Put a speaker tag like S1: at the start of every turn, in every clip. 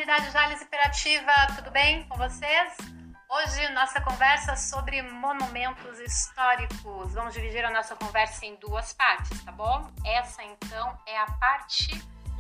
S1: comunidade Jales Hiperativa, tudo bem com vocês? Hoje nossa conversa sobre monumentos históricos. Vamos dividir a nossa conversa em duas partes, tá bom? Essa então é a parte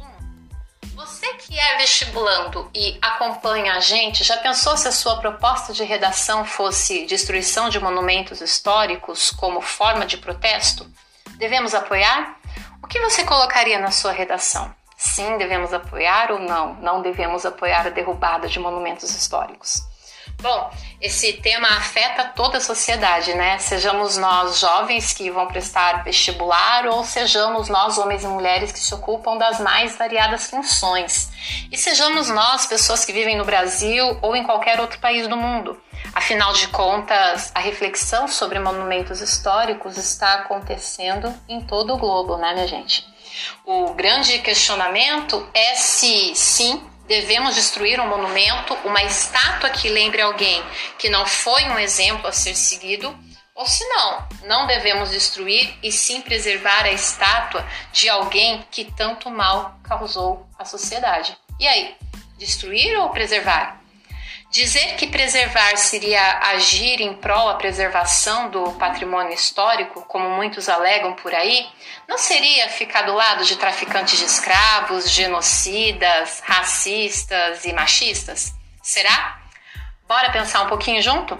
S1: 1. Você que é vestibulando e acompanha a gente, já pensou se a sua proposta de redação fosse destruição de monumentos históricos como forma de protesto? Devemos apoiar? O que você colocaria na sua redação? Sim, devemos apoiar ou não? Não devemos apoiar a derrubada de monumentos históricos. Bom, esse tema afeta toda a sociedade, né? Sejamos nós jovens que vão prestar vestibular ou sejamos nós homens e mulheres que se ocupam das mais variadas funções. E sejamos nós pessoas que vivem no Brasil ou em qualquer outro país do mundo. Afinal de contas, a reflexão sobre monumentos históricos está acontecendo em todo o globo, né, minha gente? O grande questionamento é se, sim, devemos destruir um monumento, uma estátua que lembre alguém que não foi um exemplo a ser seguido, ou se não devemos destruir e sim preservar a estátua de alguém que tanto mal causou à sociedade. E aí, destruir ou preservar? Dizer que preservar seria agir em prol da preservação do patrimônio histórico, como muitos alegam por aí, não seria ficar do lado de traficantes de escravos, genocidas, racistas e machistas? Será? Bora pensar um pouquinho junto?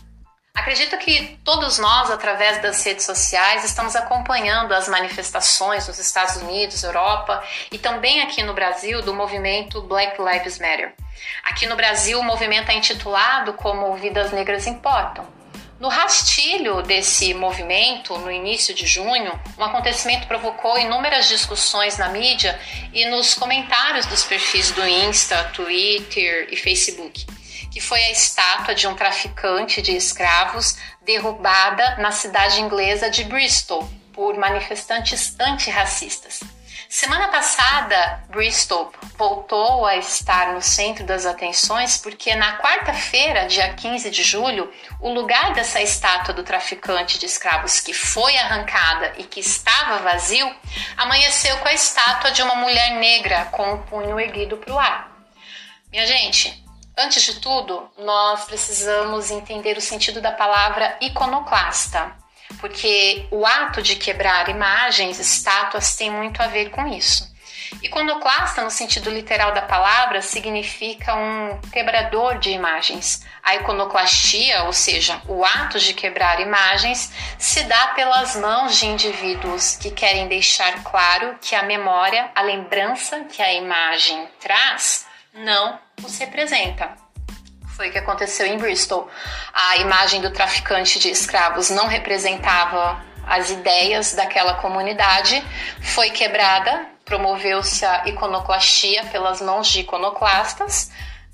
S1: Acredito que todos nós, através das redes sociais, estamos acompanhando as manifestações nos Estados Unidos, Europa e também aqui no Brasil do movimento Black Lives Matter. Aqui no Brasil, o movimento é intitulado como Vidas Negras Importam. No rastilho desse movimento, no início de junho, um acontecimento provocou inúmeras discussões na mídia e nos comentários dos perfis do Insta, Twitter e Facebook, que foi a estátua de um traficante de escravos derrubada na cidade inglesa de Bristol por manifestantes antirracistas. Semana passada, Bristol voltou a estar no centro das atenções porque na quarta-feira, dia 15 de julho, o lugar dessa estátua do traficante de escravos que foi arrancada e que estava vazio, amanheceu com a estátua de uma mulher negra com o punho erguido para o ar. Minha gente, antes de tudo, nós precisamos entender o sentido da palavra iconoclasta, porque o ato de quebrar imagens, estátuas, tem muito a ver com isso. Iconoclasta, no sentido literal da palavra, significa um quebrador de imagens. A iconoclastia, ou seja, o ato de quebrar imagens, se dá pelas mãos de indivíduos que querem deixar claro que a memória, a lembrança que a imagem traz, não os representa. Foi o que aconteceu em Bristol. A imagem do traficante de escravos não representava as ideias daquela comunidade, foi quebrada, promoveu-se a iconoclastia pelas mãos de iconoclastas.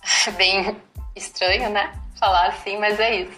S1: Bem estranho, né? Falar assim, mas é isso.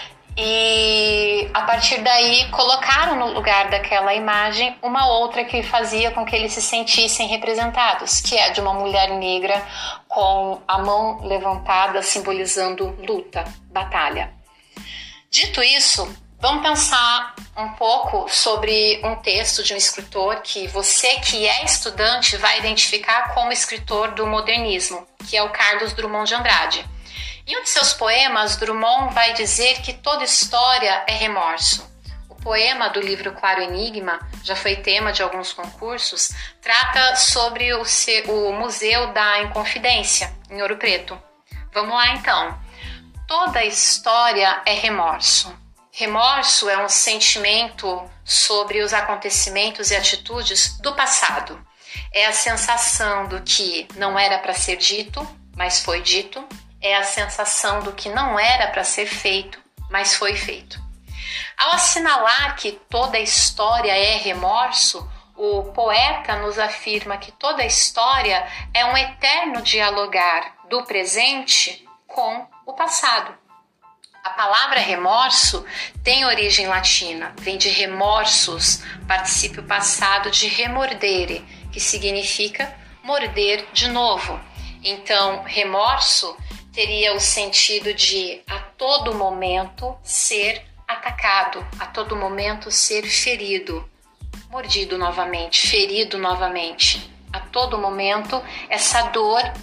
S1: E a partir daí colocaram no lugar daquela imagem uma outra que fazia com que eles se sentissem representados, que é de uma mulher negra com a mão levantada simbolizando luta, batalha. Dito isso, vamos pensar um pouco sobre um texto de um escritor que você que é estudante vai identificar como escritor do modernismo, que é o Carlos Drummond de Andrade. Em um de seus poemas, Drummond vai dizer que toda história é remorso. O poema do livro Claro Enigma, já foi tema de alguns concursos, trata sobre o Museu da Inconfidência, em Ouro Preto. Vamos lá então. Toda história é remorso. Remorso é um sentimento sobre os acontecimentos e atitudes do passado. É a sensação do que não era para ser dito, mas foi dito. É a sensação do que não era para ser feito, mas foi feito. Ao assinalar que toda história é remorso, o poeta nos afirma que toda história é um eterno dialogar do presente com o passado. A palavra remorso tem origem latina, vem de remorsus, particípio passado de remordere, que significa morder de novo. Então, remorso teria o sentido de a todo momento ser atacado, a todo momento ser ferido, mordido novamente, ferido novamente. A todo momento essa dor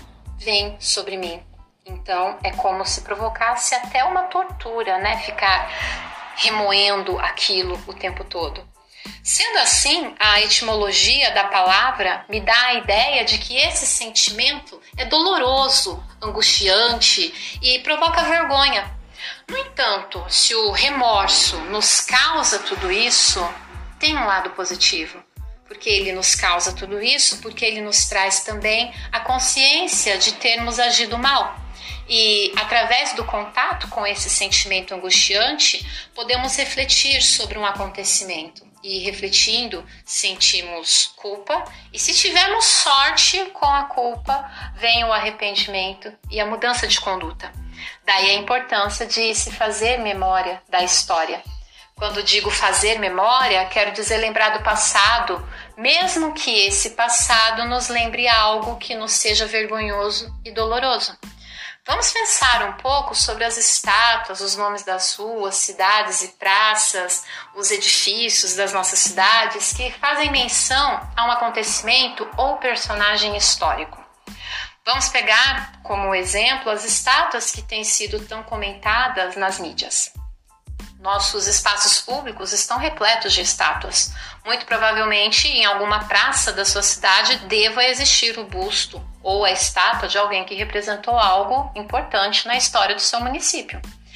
S1: vem sobre mim. Então é como se provocasse até uma tortura, né? Ficar remoendo aquilo o tempo todo. Sendo assim, a etimologia da palavra me dá a ideia de que esse sentimento é doloroso, angustiante e provoca vergonha. No entanto, se o remorso nos causa tudo isso, tem um lado positivo. Porque ele nos causa tudo isso, porque ele nos traz também a consciência de termos agido mal. E através do contato com esse sentimento angustiante, podemos refletir sobre um acontecimento. E refletindo, sentimos culpa. E se tivermos sorte com a culpa, vem o arrependimento e a mudança de conduta. Daí a importância de se fazer memória da história. Quando digo fazer memória, quero dizer lembrar do passado, mesmo que esse passado nos lembre algo que nos seja vergonhoso e doloroso. Vamos pensar um pouco sobre as estátuas, os nomes das ruas, cidades e praças, os edifícios das nossas cidades que fazem menção a um acontecimento ou personagem histórico. Vamos pegar como exemplo as estátuas que têm sido tão comentadas nas mídias. Nossos espaços públicos estão repletos de estátuas. Muito provavelmente, em alguma praça da sua cidade, deva existir o busto ou a estátua de alguém que representou algo importante na história do seu município.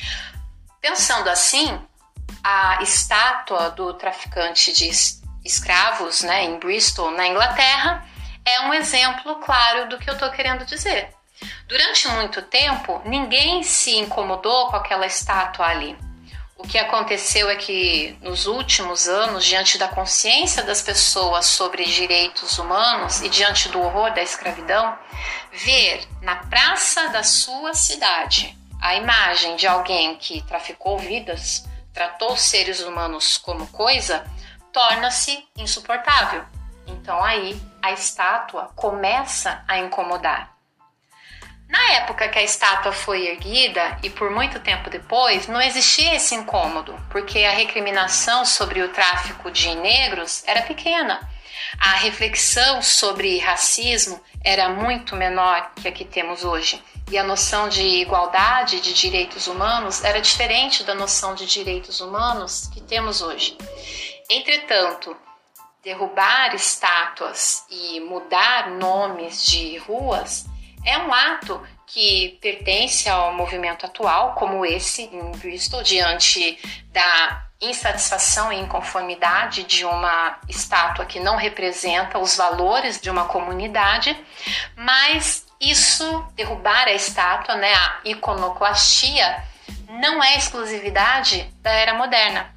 S1: Pensando assim, a estátua do traficante de escravos, em Bristol, na Inglaterra, é um exemplo claro do que eu estou querendo dizer. Durante muito tempo, ninguém se incomodou com aquela estátua ali. O que aconteceu é que, nos últimos anos, diante da consciência das pessoas sobre direitos humanos e diante do horror da escravidão, ver na praça da sua cidade a imagem de alguém que traficou vidas, tratou seres humanos como coisa, torna-se insuportável. Então aí a estátua começa a incomodar. Na época que a estátua foi erguida e por muito tempo depois, não existia esse incômodo, porque a recriminação sobre o tráfico de negros era pequena. A reflexão sobre racismo era muito menor que a que temos hoje. E a noção de igualdade de direitos humanos era diferente da noção de direitos humanos que temos hoje. Entretanto, derrubar estátuas e mudar nomes de ruas é um ato que pertence ao movimento atual, como esse em Bristol, diante da insatisfação e inconformidade de uma estátua que não representa os valores de uma comunidade, mas isso, derrubar a estátua, a iconoclastia, não é exclusividade da era moderna.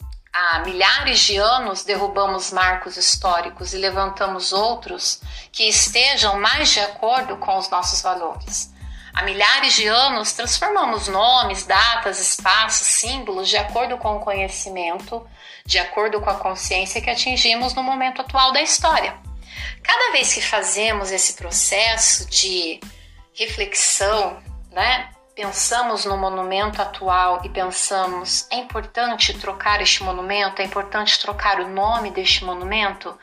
S1: Há milhares de anos derrubamos marcos históricos e levantamos outros que estejam mais de acordo com os nossos valores. Há milhares de anos transformamos nomes, datas, espaços, símbolos de acordo com o conhecimento, de acordo com a consciência que atingimos no momento atual da história. Cada vez que fazemos esse processo de reflexão, pensamos no monumento atual e pensamos, é importante trocar este monumento, é importante trocar o nome deste monumento?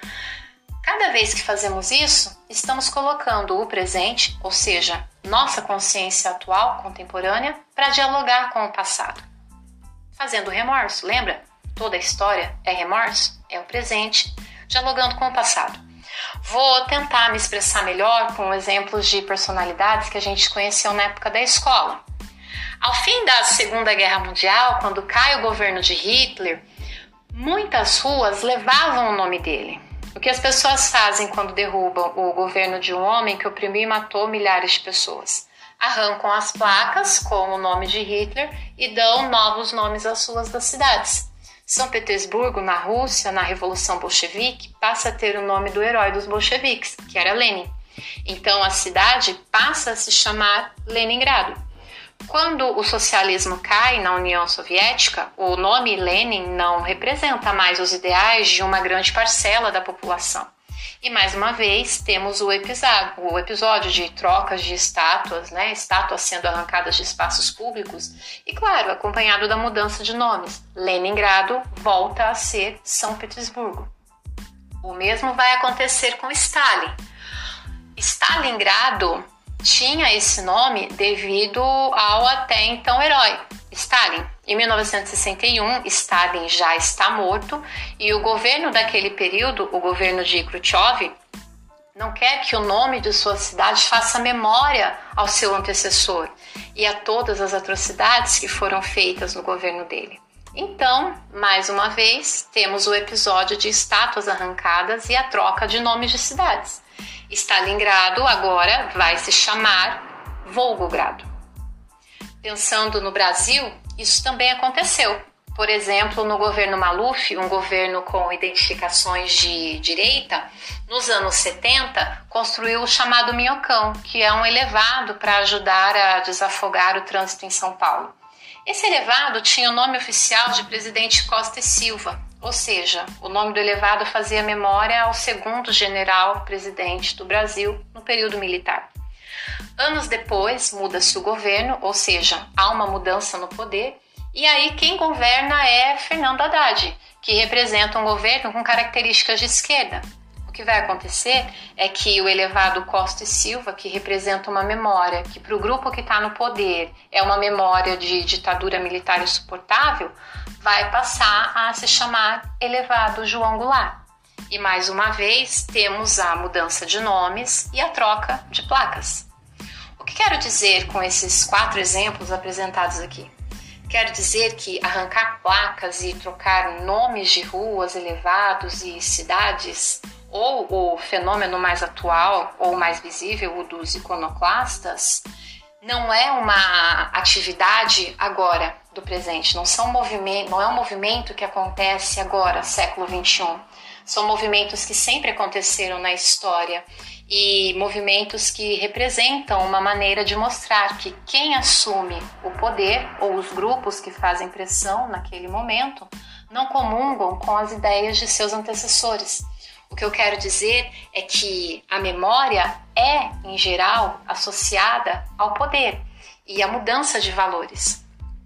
S1: Cada vez que fazemos isso, estamos colocando o presente, ou seja, nossa consciência atual, contemporânea, para dialogar com o passado. Fazendo remorso, lembra? Toda a história é remorso, é o presente, dialogando com o passado. Vou tentar me expressar melhor com exemplos de personalidades que a gente conheceu na época da escola. Ao fim da Segunda Guerra Mundial, quando cai o governo de Hitler, muitas ruas levavam o nome dele. O que as pessoas fazem quando derrubam o governo de um homem que oprimiu e matou milhares de pessoas? Arrancam as placas com o nome de Hitler e dão novos nomes às ruas das cidades. São Petersburgo, na Rússia, na Revolução Bolchevique, passa a ter o nome do herói dos bolcheviques, que era Lenin. Então a cidade passa a se chamar Leningrado. Quando o socialismo cai na União Soviética, o nome Lenin não representa mais os ideais de uma grande parcela da população. E mais uma vez temos o episódio de trocas de estátuas, estátuas sendo arrancadas de espaços públicos e, claro, acompanhado da mudança de nomes. Leningrado volta a ser São Petersburgo. O mesmo vai acontecer com Stalin. Stalingrado tinha esse nome devido ao até então herói Stalin. Em 1961, Stalin já está morto e o governo daquele período, o governo de Khrushchev, não quer que o nome de sua cidade faça memória ao seu antecessor e a todas as atrocidades que foram feitas no governo dele. Então, mais uma vez, temos o episódio de estátuas arrancadas e a troca de nomes de cidades. Stalingrado agora vai se chamar Volgogrado. Pensando no Brasil, isso também aconteceu. Por exemplo, no governo Maluf, um governo com identificações de direita, nos anos 70, construiu o chamado Minhocão, que é um elevado para ajudar a desafogar o trânsito em São Paulo. Esse elevado tinha o nome oficial de Presidente Costa e Silva, ou seja, o nome do elevado fazia memória ao segundo general presidente do Brasil no período militar. Anos depois, muda-se o governo, ou seja, há uma mudança no poder, e aí quem governa é Fernando Haddad, que representa um governo com características de esquerda. O que vai acontecer é que o elevado Costa e Silva, que representa uma memória que para o grupo que está no poder é uma memória de ditadura militar insuportável, vai passar a se chamar elevado João Goulart. E mais uma vez temos a mudança de nomes e a troca de placas. O que quero dizer com esses 4 exemplos apresentados aqui? Quero dizer que arrancar placas e trocar nomes de ruas, elevados e cidades, ou o fenômeno mais atual ou mais visível, o dos iconoclastas, não é uma atividade agora do presente, não é um movimento que acontece agora, século XXI. São movimentos que sempre aconteceram na história e movimentos que representam uma maneira de mostrar que quem assume o poder ou os grupos que fazem pressão naquele momento não comungam com as ideias de seus antecessores. O que eu quero dizer é que a memória é, em geral, associada ao poder e à mudança de valores.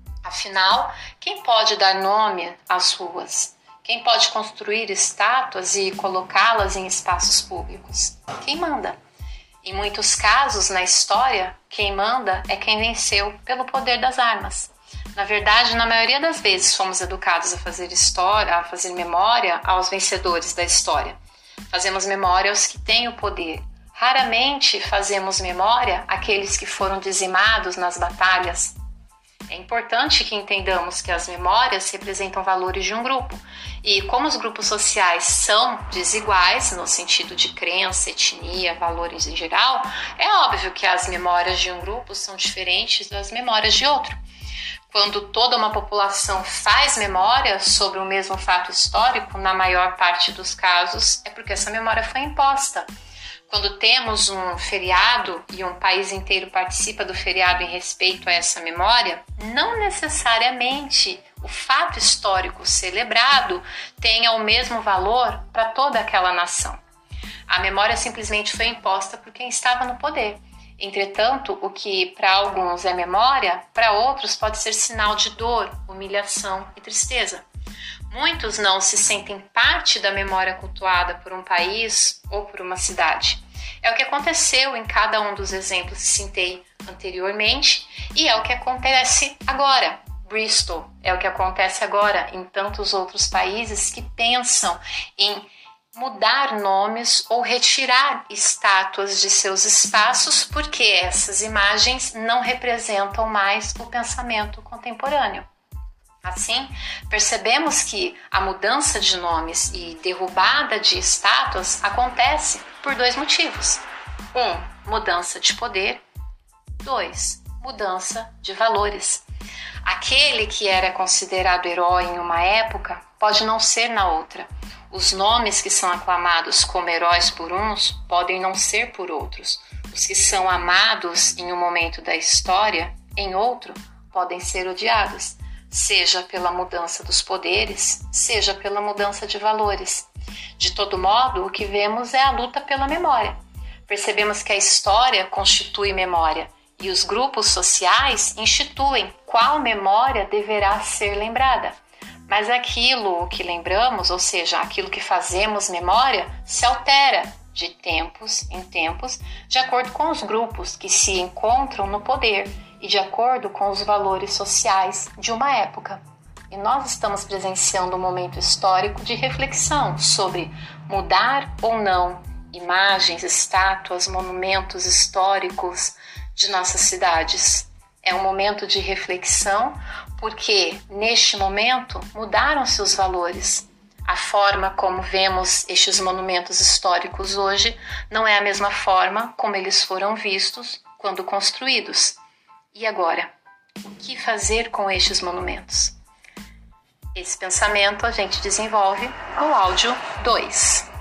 S1: Afinal, quem pode dar nome às ruas? Quem pode construir estátuas e colocá-las em espaços públicos? Quem manda? Em muitos casos na história, quem manda é quem venceu pelo poder das armas. Na verdade, na maioria das vezes fomos educados a fazer história, a fazer memória aos vencedores da história. Fazemos memória aos que têm o poder. Raramente fazemos memória àqueles que foram dizimados nas batalhas. É importante que entendamos que as memórias representam valores de um grupo. E como os grupos sociais são desiguais, no sentido de crença, etnia, valores em geral, é óbvio que as memórias de um grupo são diferentes das memórias de outro. Quando toda uma população faz memória sobre o mesmo fato histórico, na maior parte dos casos, é porque essa memória foi imposta. Quando temos um feriado e um país inteiro participa do feriado em respeito a essa memória, não necessariamente o fato histórico celebrado tenha o mesmo valor para toda aquela nação. A memória simplesmente foi imposta por quem estava no poder. Entretanto, o que para alguns é memória, para outros pode ser sinal de dor, humilhação e tristeza. Muitos não se sentem parte da memória cultuada por um país ou por uma cidade. É o que aconteceu em cada um dos exemplos que citei anteriormente e é o que acontece agora. Bristol é o que acontece agora em tantos outros países que pensam em mudar nomes ou retirar estátuas de seus espaços porque essas imagens não representam mais o pensamento contemporâneo. Assim, percebemos que a mudança de nomes e derrubada de estátuas acontece por 2 motivos. 1, mudança de poder. 2, mudança de valores. Aquele que era considerado herói em uma época pode não ser na outra. Os nomes que são aclamados como heróis por uns podem não ser por outros. Os que são amados em um momento da história, em outro, podem ser odiados. Seja pela mudança dos poderes, seja pela mudança de valores. De todo modo, o que vemos é a luta pela memória. Percebemos que a história constitui memória e os grupos sociais instituem qual memória deverá ser lembrada. Mas aquilo que lembramos, ou seja, aquilo que fazemos memória, se altera de tempos em tempos, de acordo com os grupos que se encontram no poder e de acordo com os valores sociais de uma época. E nós estamos presenciando um momento histórico de reflexão sobre mudar ou não imagens, estátuas, monumentos históricos de nossas cidades. É um momento de reflexão porque, neste momento, mudaram-se os valores. A forma como vemos estes monumentos históricos hoje não é a mesma forma como eles foram vistos quando construídos. E agora, o que fazer com estes monumentos? Esse pensamento a gente desenvolve no áudio 2.